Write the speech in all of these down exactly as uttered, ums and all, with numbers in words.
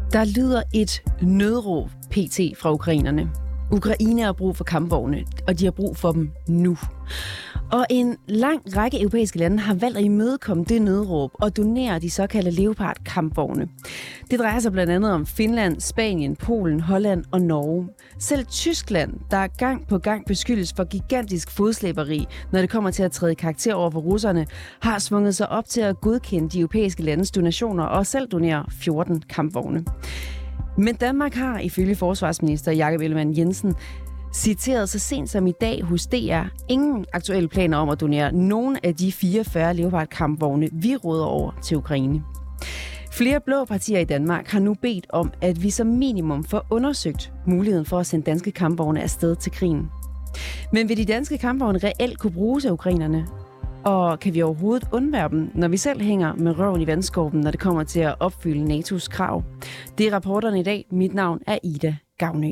Der lyder et nødråb P T fra ukrainerne. Ukraine har brug for kampvogne, og de har brug for dem nu. Og en lang række europæiske lande har valgt at imødekomme det nødråb og donere de såkaldte Leopard-kampvogne. Det drejer sig blandt andet om Finland, Spanien, Polen, Holland og Norge. Selv Tyskland, der gang på gang beskyldes for gigantisk fodslæberi, når det kommer til at træde karakter over for russerne, har svunget sig op til at godkende de europæiske landes donationer og selv donere fjorten kampvogne. Men Danmark har ifølge forsvarsminister Jakob Ellemann-Jensen citeret så sent som i dag hos D R ingen aktuelle planer om at donere nogen af de fireogfyrre Leopard-kampvogne, vi råder over til Ukraine. Flere blå partier i Danmark har nu bedt om, at vi som minimum får undersøgt muligheden for at sende danske kampvogne afsted til krigen. Men vil de danske kampvogne reelt kunne bruges af ukrainerne? Og kan vi overhovedet undvære dem, når vi selv hænger med røven i vandskorben, når det kommer til at opfylde N A T O's krav? Det er rapporterne i dag. Mit navn er Ida Gavnø.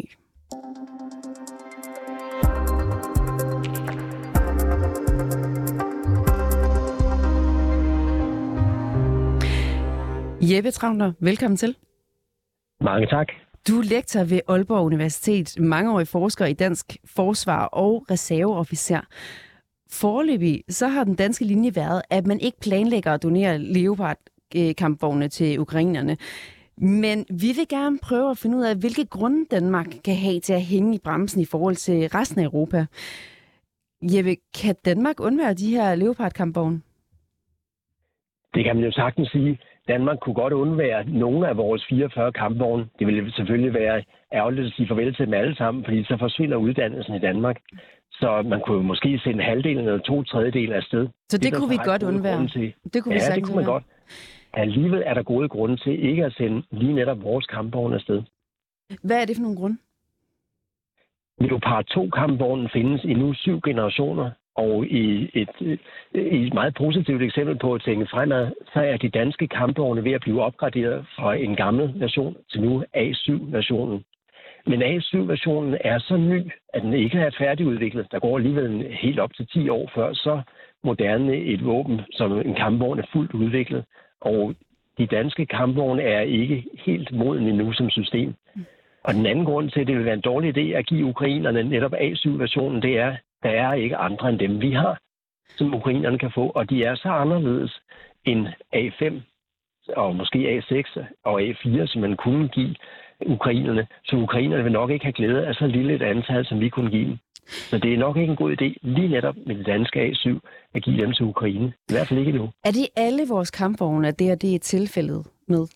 Jeppe Travner, velkommen til. Mange tak. Du er lektor ved Aalborg Universitet, mangeårig forsker i dansk forsvar og reserveofficer. Foreløbig så har den danske linje været, at man ikke planlægger at donere Leopard-kampvogne til ukrainerne. Men vi vil gerne prøve at finde ud af, hvilke grunde Danmark kan have til at hænge i bremsen i forhold til resten af Europa. Jeppe, kan Danmark undvære de her Leopard-kampvogne? Det kan man jo sagtens sige. Danmark kunne godt undvære nogle af vores fireogfyrre kampvogne. Det ville selvfølgelig være ærgerligt at sige farvel til dem alle sammen, fordi så forsvinder uddannelsen i Danmark. Så man kunne måske sende halvdelen eller to tredjedele af sted. Så det, det kunne vi godt undvære? Det kunne ja, vi det kunne man godt. Alligevel er der gode grunde til ikke at sende lige netop vores kampvogne afsted. Hvad er det for nogle grunde? Leopard to kampvognen findes i nu syv generationer. Og i et, i et meget positivt eksempel på at tænke fremad, så er de danske kampvogne ved at blive opgraderet fra en gammel version til nu A syv versionen. Men A syv versionen er så ny, at den ikke er færdigudviklet. Der går alligevel helt op til ti år før så moderne et våben, som en kampvogn er fuldt udviklet. Og de danske kampvogne er ikke helt moden endnu som system. Og den anden grund til, at det vil være en dårlig idé at give ukrainerne netop A syv versionen, det er, der er ikke andre end dem, vi har, som ukrainerne kan få. Og de er så anderledes end A fem og måske A seks og A fire, som man kunne give ukrainerne. Så ukrainerne vil nok ikke have glæde af så lille et antal, som vi kunne give dem. Så det er nok ikke en god idé lige netop med det danske A syv at give dem til Ukraine. I hvert fald ikke nu. Er det alle vores kampvogne, at det er det er tilfældet med?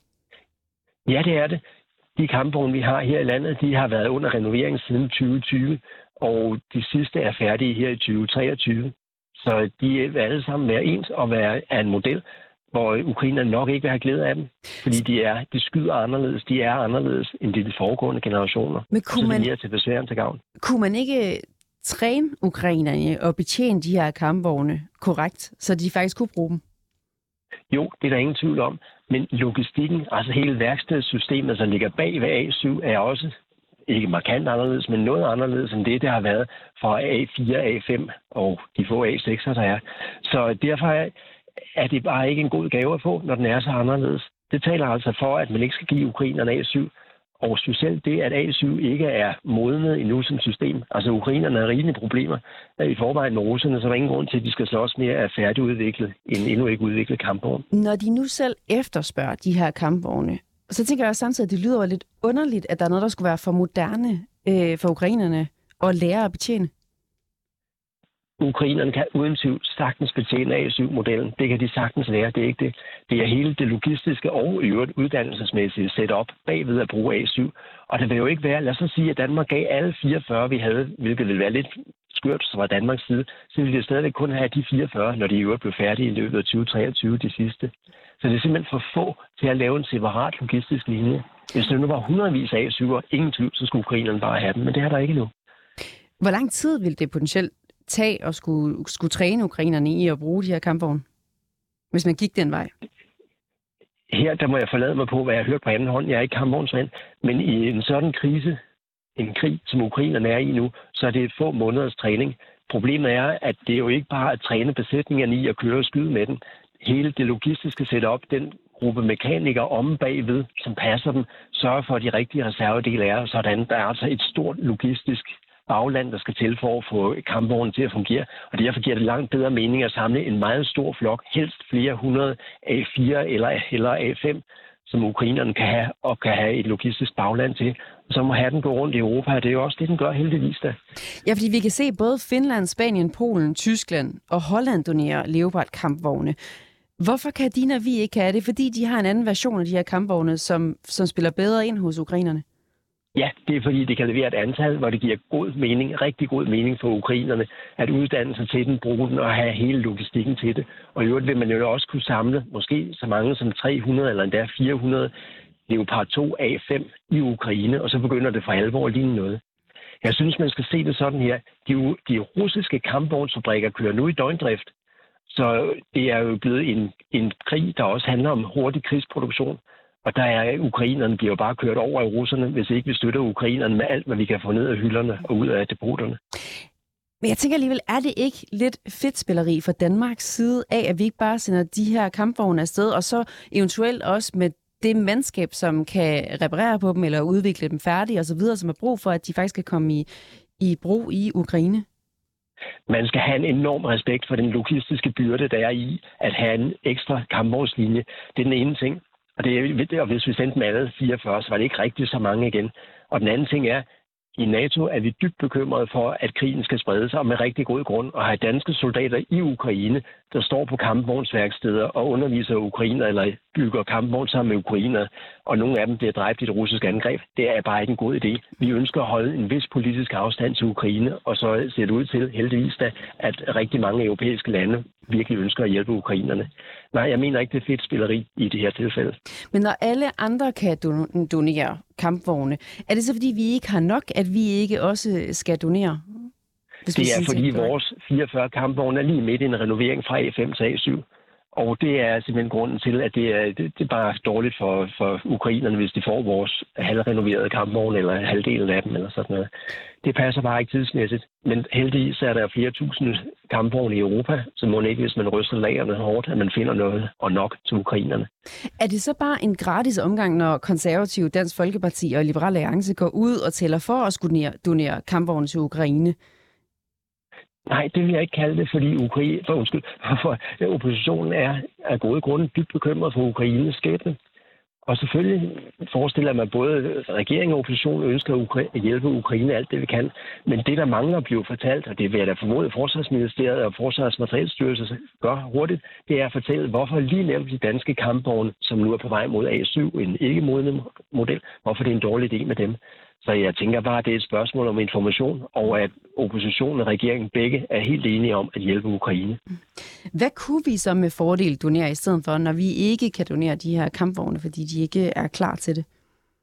Ja, det er det. De kampvogne, vi har her i landet, de har været under renovering siden tyve tyve. Og de sidste er færdige her i tyve treogtyve. Så de vil alle sammen være ens og være af en model, hvor ukrainerne nok ikke vil have glæde af dem. Fordi de, er, de skyder anderledes, de er anderledes end de foregående generationer. Men kunne så man, det er mere til besværen til gavn. Kunne man ikke træne ukrainerne og betjene de her kampvogne korrekt, så de faktisk kunne bruge dem? Jo, det er der ingen tvivl om. Men logistikken, altså hele værkstedssystemet, der ligger bag ved A syv, er også ikke markant anderledes, men noget anderledes end det, der har været fra A fire, A fem og de få A sekser, der er. Så derfor er det bare ikke en god gave at få, når den er så anderledes. Det taler altså for, at man ikke skal give ukrainerne A syv. Og specielt det, at A syv ikke er modnet endnu som system. Altså ukrainerne har rigelige problemer i forvejen med russerne, så der er ingen grund til, at de skal slås mere af færdigudviklet end endnu ikke udviklet kampvogne. Når de nu selv efterspørger de her kampvogne, så tænker jeg også samtidig, at det lyder lidt underligt, at der er noget, der skulle være for moderne øh, for ukrainerne at lære at betjene. Ukrainerne kan uden tvivl sagtens betjene A syv-modellen. Det kan de sagtens lære, det er ikke det. Det er hele det logistiske og i øvrigt uddannelsesmæssige setup bagved at bruge A syv. Og det vil jo ikke være, lad os så sige, at Danmark gav alle fireogfyrre, vi havde, hvilket ville være lidt skørt fra Danmarks side, så ville det stadigvæk kun have de fireogfyrre, når de i øvrigt blev færdige i løbet af tyve treogtyve, de sidste. Så det er simpelthen for få til at lave en separat logistisk linje. Hvis det nu var hundredvis af A syv'er, ingen tvivl, så skulle ukrainerne bare have dem, men det er der ikke nu. Hvor lang tid vil det potentielt tage og skulle, skulle træne ukrainerne i at bruge de her kampvogne, hvis man gik den vej? Her der må jeg forlade mig på, hvad jeg har hørt på anden hånd. Jeg er ikke kampvognsmand, men i en sådan krise, en krig, som ukrainerne er i nu, så er det et få måneders træning. Problemet er, at det er jo ikke bare at træne besætningerne i at køre og skyde med den. Hele det logistiske setup, den gruppe mekanikere omme bagved, som passer dem, sørger for, at de rigtige reservedele er sådan. Der er altså et stort logistisk bagland, der skal til for at få kampvognen til at fungere. Og derfor giver det langt bedre mening at samle en meget stor flok, helst flere hundrede A fire eller heller A fem, som ukrainerne kan have, og kan have et logistisk bagland til. Så må have den gå rundt i Europa, og det er jo også det, den gør heldigvis da. Ja, fordi vi kan se både Finland, Spanien, Polen, Tyskland og Holland donere Leopard-kampvogne. Hvorfor kan de, når vi ikke kan det? Fordi de har en anden version af de her kampvogne, som, som spiller bedre ind hos ukrainerne? Ja, det er fordi, det kan levere et antal, hvor det giver god mening, rigtig god mening for ukrainerne, at uddanne sig til den, bruge den og have hele logistikken til det. Og i øvrigt vil man jo også kunne samle måske så mange som tre hundrede eller endda fire hundrede Leopard to A fem i Ukraine, og så begynder det for alvor at ligne noget. Jeg synes, man skal se det sådan her. De, de russiske kampvognsfabrikker kører nu i døgndrift, så det er jo blevet en, en krig, der også handler om hurtig krigsproduktion. Og der er ukrainerne bliver jo bare kørt over af russerne, hvis ikke vi støtter ukrainerne med alt, hvad vi kan få ned af hylderne og ud af depoterne. Men jeg tænker alligevel, er det ikke lidt fedtspilleri fra Danmarks side af, at vi ikke bare sender de her kampvogne afsted, og så eventuelt også med det mandskab, som kan reparere på dem eller udvikle dem færdige osv., som er brug for, at de faktisk kan komme i, i brug i Ukraine? Man skal have en enorm respekt for den logistiske byrde, der er i at have en ekstra kampvognslinje. Det er den ene ting. Og, det er, og hvis vi sendte dem alle fireogfyrre, så var det ikke rigtig så mange igen. Og den anden ting er, i NATO er vi dybt bekymrede for, at krigen skal sprede sig, og med rigtig god grund, og have danske soldater i Ukraine, der står på kampvognsværksteder og underviser ukrainer eller bygger kampvogn sammen med ukrainer, og nogle af dem bliver dræbt i det russiske angreb. Det er bare ikke en god idé. Vi ønsker at holde en vis politisk afstand til Ukraine, og så ser det ud til heldigvis da, at rigtig mange europæiske lande virkelig ønsker at hjælpe ukrainerne. Nej, jeg mener ikke, det er fedt spilleri i det her tilfælde. Men når alle andre kan donere kampvogne, er det så fordi, vi ikke har nok, at vi ikke også skal donere? Det er fordi vores fireogfyrre kampvogne er lige midt i en renovering fra A fem til A syv. Og det er simpelthen grunden til, at det er, det, det er bare dårligt for, for ukrainerne, hvis de får vores halvrenoverede kampvogne, eller halvdelen af dem, eller sådan noget. Det passer bare ikke tidsmæssigt. Men heldigvis er der flere tusind kampvogne i Europa, så må ikke, hvis man ryster lagerne hårdt, at man finder noget og nok til ukrainerne. Er det så bare en gratis omgang, når Konservative, Dansk Folkeparti og Liberal Alliance går ud og tæller for at skulle donere kampvogne til Ukraine? Nej, det vil jeg ikke kalde det, fordi Ukraine, for, undskyld, for oppositionen er af gode grunde dybt bekymret for Ukraines skæbne. Og selvfølgelig forestiller man, at både regeringen og oppositionen ønsker at hjælpe Ukraine alt det, vi kan. Men det, der mangler at blive fortalt, og det vil jeg da formode, at Forsvarsministeriet og Forsvarsmaterielstyrelsen gør hurtigt, det er at fortælle, hvorfor lige netop de danske kampvogne, som nu er på vej mod A syv, en ikke-modne model, hvorfor det er en dårlig idé med dem. Så jeg tænker bare, at det er et spørgsmål om information, og at oppositionen og regeringen begge er helt enige om at hjælpe Ukraine. Hvad kunne vi så med fordel donere i stedet for, når vi ikke kan donere de her kampvogne, fordi de ikke er klar til det?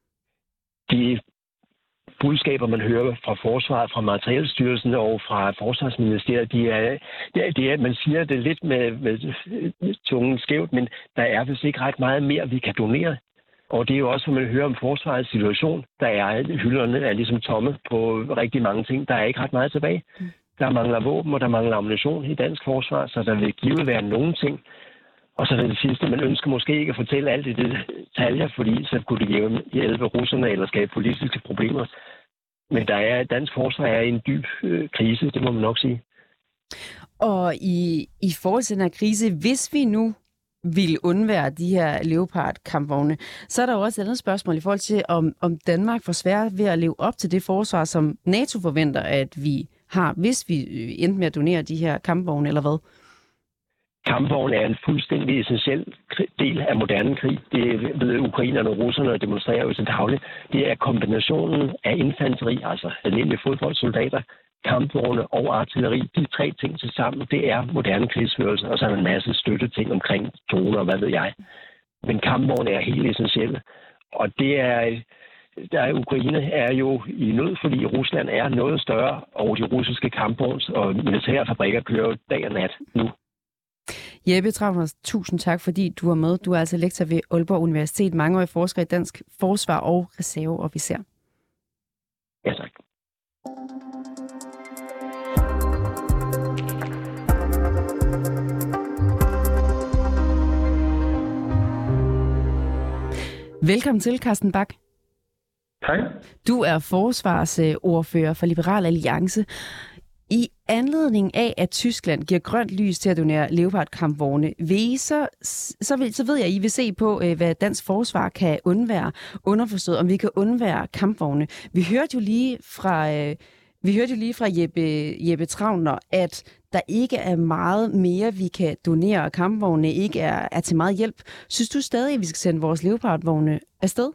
De budskaber, man hører fra Forsvaret, fra Materielstyrelsen og fra Forsvarsministeriet, de er, det er, det er, man siger det lidt med, med tungen skævt, men der er vist ikke ret meget mere, vi kan donere. Og det er jo også, når man hører om forsvarets situation. Der er hylderne er ligesom tomme på rigtig mange ting. Der er ikke ret meget tilbage. Der mangler våben, og der mangler ammunition i dansk forsvar, så der vil givet være nogle ting. Og så er det sidste, man ønsker måske ikke at fortælle alt i det detaljer, fordi så kunne det hjælpe russerne eller skabe politiske problemer. Men der er, dansk forsvar er i en dyb øh, krise, det må man nok sige. Og i, i forhold til den her krise, hvis vi nu vil undvære de her Leopard-kampvogne, så er der jo også et andet spørgsmål i forhold til, om, om Danmark får svært ved at leve op til det forsvar, som NATO forventer, at vi har, hvis vi endte med at donere de her kampvogne, eller hvad? Kampvogne er en fuldstændig essentiel del af moderne krig. Det ved ukrainerne og russerne demonstrerer jo til dagligt. Det er kombinationen af infanteri, altså almindelige fodboldsoldater, kampvogne og artilleri. De tre ting til sammen, det er moderne krigsførelse, og så er der en masse støtteting omkring droner og hvad ved jeg. Men kampvogne er helt essentielle. Og det er, der er Ukraine er jo i nød, fordi Rusland er noget større, og de russiske kampvogns og militære fabrikker kører dag og nat nu. Jeppe Travner, tusind tak, fordi du var med. Du er altså lektor ved Aalborg Universitet, mangeårig forsker i dansk forsvar og reserveofficer. Ja, tak. Velkommen til, Carsten Bach. Hej. Du er forsvarsordfører for Liberal Alliance. I anledning af, at Tyskland giver grønt lys til at donere Leopard-kampvogne, vil I så, så, vil, så ved jeg, at I vil se på, hvad dansk forsvar kan undvære, underforstået, om vi kan undvære kampvogne. Vi hørte jo lige fra, vi hørte jo lige fra Jeppe, Jeppe Trautner, at der ikke er meget mere, vi kan donere, og kampvogne ikke er, er til meget hjælp. Synes du stadig, at vi skal sende vores Leopard-vogne afsted?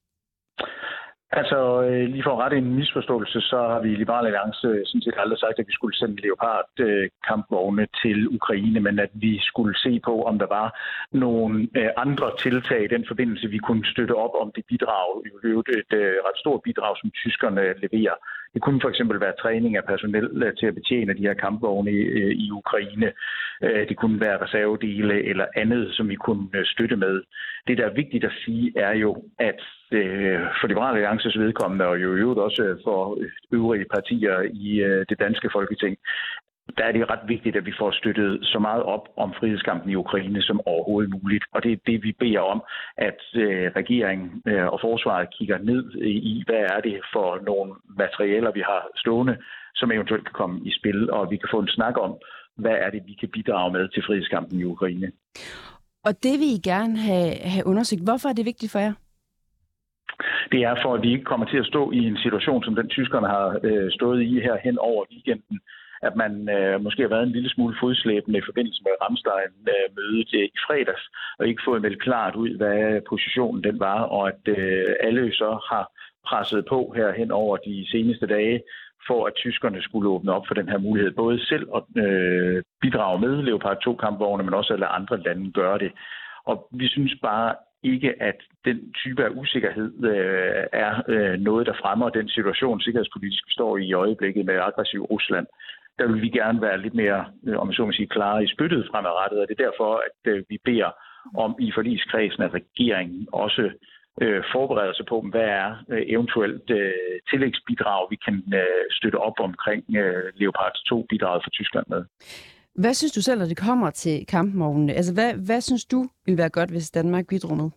Altså, lige for at rette en misforståelse, så har vi i Liberal Alliance sådan set aldrig sagt, at vi skulle sende Leopard-kampvogne til Ukraine, men at vi skulle se på, om der var nogle andre tiltag i den forbindelse, vi kunne støtte op om det bidrag, et ret stort bidrag, som tyskerne leverer. Det kunne for eksempel være træning af personel til at betjene de her kampvogne i, i Ukraine. Det kunne være reservedele eller andet, som vi kunne støtte med. Det, der er vigtigt at sige, er jo, at for Liberal Alliances vedkommende, og jo i øvrigt også for øvrige partier i det danske Folketing, der er det ret vigtigt, at vi får støttet så meget op om frihedskampen i Ukraine som overhovedet muligt. Og det er det, vi beder om, at øh, regeringen øh, og forsvaret kigger ned i, hvad er det for nogle materialer, vi har stående, som eventuelt kan komme i spil, og vi kan få en snak om, hvad er det, vi kan bidrage med til frihedskampen i Ukraine. Og det vil I gerne have, have undersøgt. Hvorfor er det vigtigt for jer? Det er for, at vi ikke kommer til at stå i en situation, som den tyskerne har øh, stået i her hen over weekenden, at man øh, måske har været en lille smule fodslæbende i forbindelse med Ramstein-mødet øh, i fredags, og ikke fået meldt klart ud, hvad positionen den var, og at øh, alle så har presset på her hen over de seneste dage, for at tyskerne skulle åbne op for den her mulighed, både selv at øh, bidrage med Leopard to kampvogne, men også at lade andre lande gøre det. Og vi synes bare ikke, at den type af usikkerhed øh, er øh, noget, der fremmer den situation, sikkerhedspolitisk vi står i i øjeblikket med aggressiv Rusland. Der vil vi gerne være lidt mere, øh, om jeg så må sige, klare i spyttet fremadrettet, og det er derfor, at øh, vi beder om i forligskredsen, at regeringen også øh, forbereder sig på, hvad er øh, eventuelt øh, tillægsbidrag, vi kan øh, støtte op omkring øh, Leopard to bidraget for Tyskland med. Hvad synes du selv, når det kommer til kampvognene? Altså, hvad, hvad synes du ville være godt, hvis Danmark bidrog med?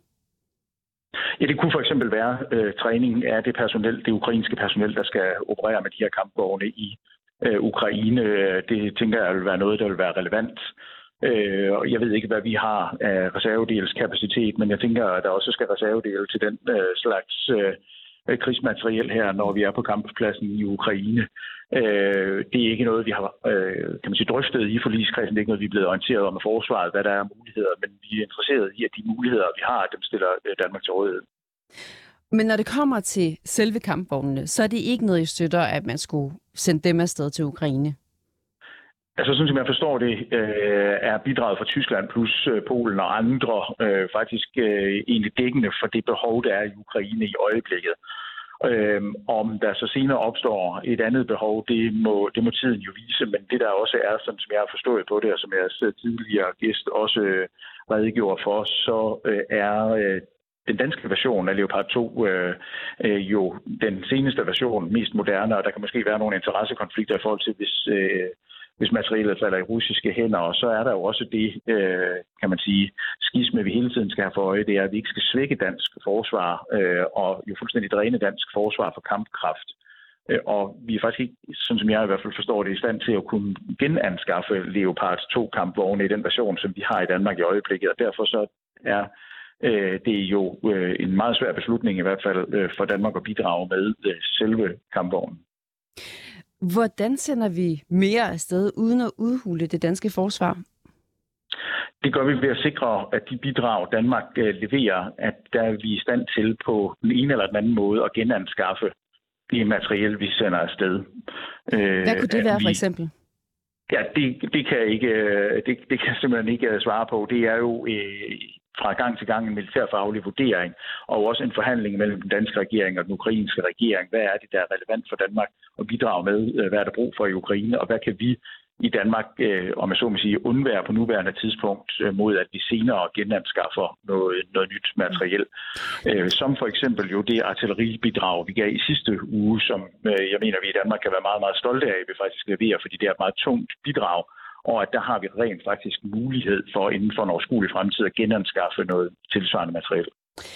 Ja, det kunne for eksempel være øh, træning af det personel, det ukrainske personel, der skal operere med de her kampvogne i øh, Ukraine. Det tænker jeg vil være noget, der vil være relevant. Øh, og jeg ved ikke, hvad vi har af reservedelskapacitet, men jeg tænker, at der også skal reservedele til den øh, slags øh, krigsmateriel her, når vi er på kamppladsen i Ukraine. Øh, det er ikke noget, vi har øh, kan man sige, drøftet i forligskredsen. Det er ikke noget, vi er blevet orienteret om af forsvaret, hvad der er muligheder, men vi er interesseret i, at de muligheder, vi har, dem stiller Danmark til rådighed. Men når det kommer til selve kampvognene, så er det ikke noget, I støtter, at man skulle sende dem afsted til Ukraine? Altså, sådan som jeg forstår det, øh, er bidraget fra Tyskland plus øh, Polen og andre øh, faktisk øh, egentlig dækkende for det behov, der er i Ukraine i øjeblikket. Øhm, om der så senere opstår et andet behov, det må, det må tiden jo vise, men det der også er, sådan som jeg har forstået på det, og som jeg tidligere gæst også øh, redegjorde for, så øh, er øh, den danske version af Leopard to øh, øh, jo den seneste version, mest moderne, og der kan måske være nogle interessekonflikter i forhold til, hvis... Øh, hvis materialet falder i russiske hænder, og så er der jo også det, øh, kan man sige, skisme, vi hele tiden skal have for øje, det er, at vi ikke skal svække dansk forsvar, øh, og jo fuldstændig dræne dansk forsvar for kampkraft. Øh, og vi er faktisk ikke, sådan som jeg i hvert fald forstår det, i stand til at kunne genanskaffe Leopard to kampvogne i den version, som vi har i Danmark i øjeblikket, og derfor så er øh, det jo øh, en meget svær beslutning i hvert fald øh, for Danmark at bidrage med øh, selve kampvognen. Hvordan sender vi mere afsted uden at udhule det danske forsvar? Det gør vi ved at sikre, at de bidrag, Danmark leverer, at der er vi i stand til på den ene eller den anden måde at genanskaffe det materiel, vi sender afsted. Hvad kunne det være for eksempel? Ja, det, det, kan jeg ikke, det, det kan jeg simpelthen ikke svare på. Det er jo øh, fra gang til gang en militærfaglig vurdering, og også en forhandling mellem den danske regering og den ukrainske regering. Hvad er det, der er relevant for Danmark at bidrage med? Hvad er der brug for i Ukraine? Og hvad kan vi i Danmark, øh, om jeg så må sige, undvære på nuværende tidspunkt, øh, mod at vi senere genanskaffer noget, noget nyt materiel. Øh, som for eksempel jo det artilleribidrag, vi gav i sidste uge, som øh, jeg mener, vi i Danmark kan være meget, meget stolte af, at vi faktisk leverer, fordi det er et meget tungt bidrag, og at der har vi rent faktisk mulighed for inden for en overskuelig fremtid at genanskaffe noget tilsvarende materiel.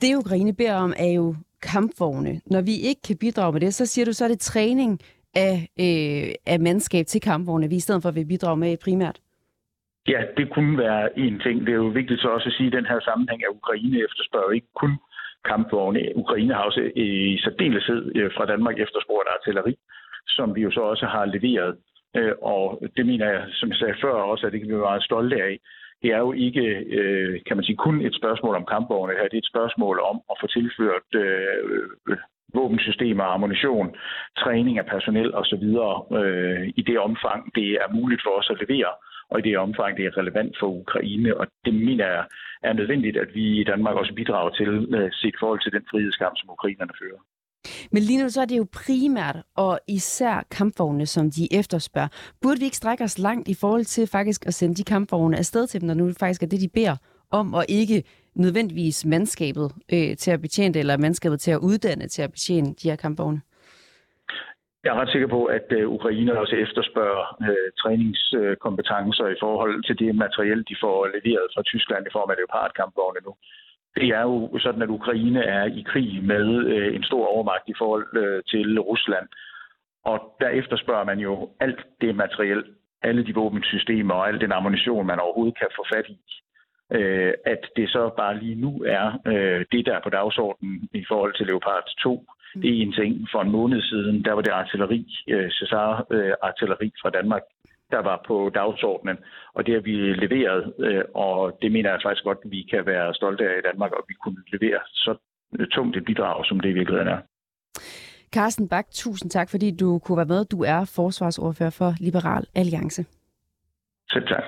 Det Ukraine beder om er jo kampvogne. Når vi ikke kan bidrage med det, så siger du, så er det træning af, øh, af mandskab til kampvogne, vi i stedet for vil bidrage med primært. Ja, det kunne være en ting. Det er jo vigtigt så også at sige, at den her sammenhæng af Ukraine efterspørger ikke kun kampvogne. Ukraine har også i særdeleshed fra Danmark efterspurgt artilleri, som vi jo så også har leveret. Og det mener jeg, som jeg sagde før også, at det kan vi være meget stolte af. Det er jo ikke, kan man sige, kun et spørgsmål om kampvogne her. Det er et spørgsmål om at få tilført øh, våbensystemer, ammunition, træning af personel osv. Øh, i det omfang, det er muligt for os at levere, og i det omfang, det er relevant for Ukraine. Og det mener jeg er nødvendigt, at vi i Danmark også bidrager til, øh, set i forhold til den frihedskamp, som ukrainerne fører. Men lige nu så er det jo primært og især kampvogne, som de efterspørger. Burde vi ikke strække os langt i forhold til faktisk at sende de kampvogne afsted til dem, når nu faktisk er det, de beder om, og ikke nødvendigvis mandskabet øh, til at betjene det, eller mandskabet til at uddanne til at betjene de her kampvogne? Jeg er ret sikker på, at øh, Ukraine også efterspørger øh, træningskompetencer i forhold til det materiel, de får leveret fra Tyskland i form af Leopard-kampvogne nu. Det er jo sådan, at Ukraine er i krig med øh, en stor overmagt i forhold øh, til Rusland. Og der efterspørger man jo alt det materiel, alle de våbensystemer og al den ammunition, man overhovedet kan få fat i. Øh, at det så bare lige nu er øh, det, der er på dagsordenen i forhold til Leopard to. Det er en ting. For en måned siden, der var det artilleri, øh, César-artilleri øh, fra Danmark, der var på dagsordenen, og det har vi leveret, øh, og det mener jeg faktisk godt, at vi kan være stolte af i Danmark, og vi kunne levere så tungt et bidrag, som det i virkeligheden er. Carsten Bach, tusind tak, fordi du kunne være med. Du er forsvarsordfører for Liberal Alliance. Selv tak.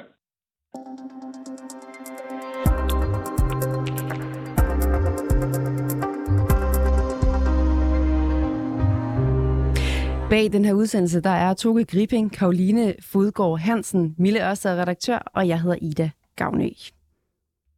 Bag den her udsendelse, der er Toge Gripping, Karoline Fodgaard Hansen, Mille Ørsted redaktør, og jeg hedder Ida Gavnø.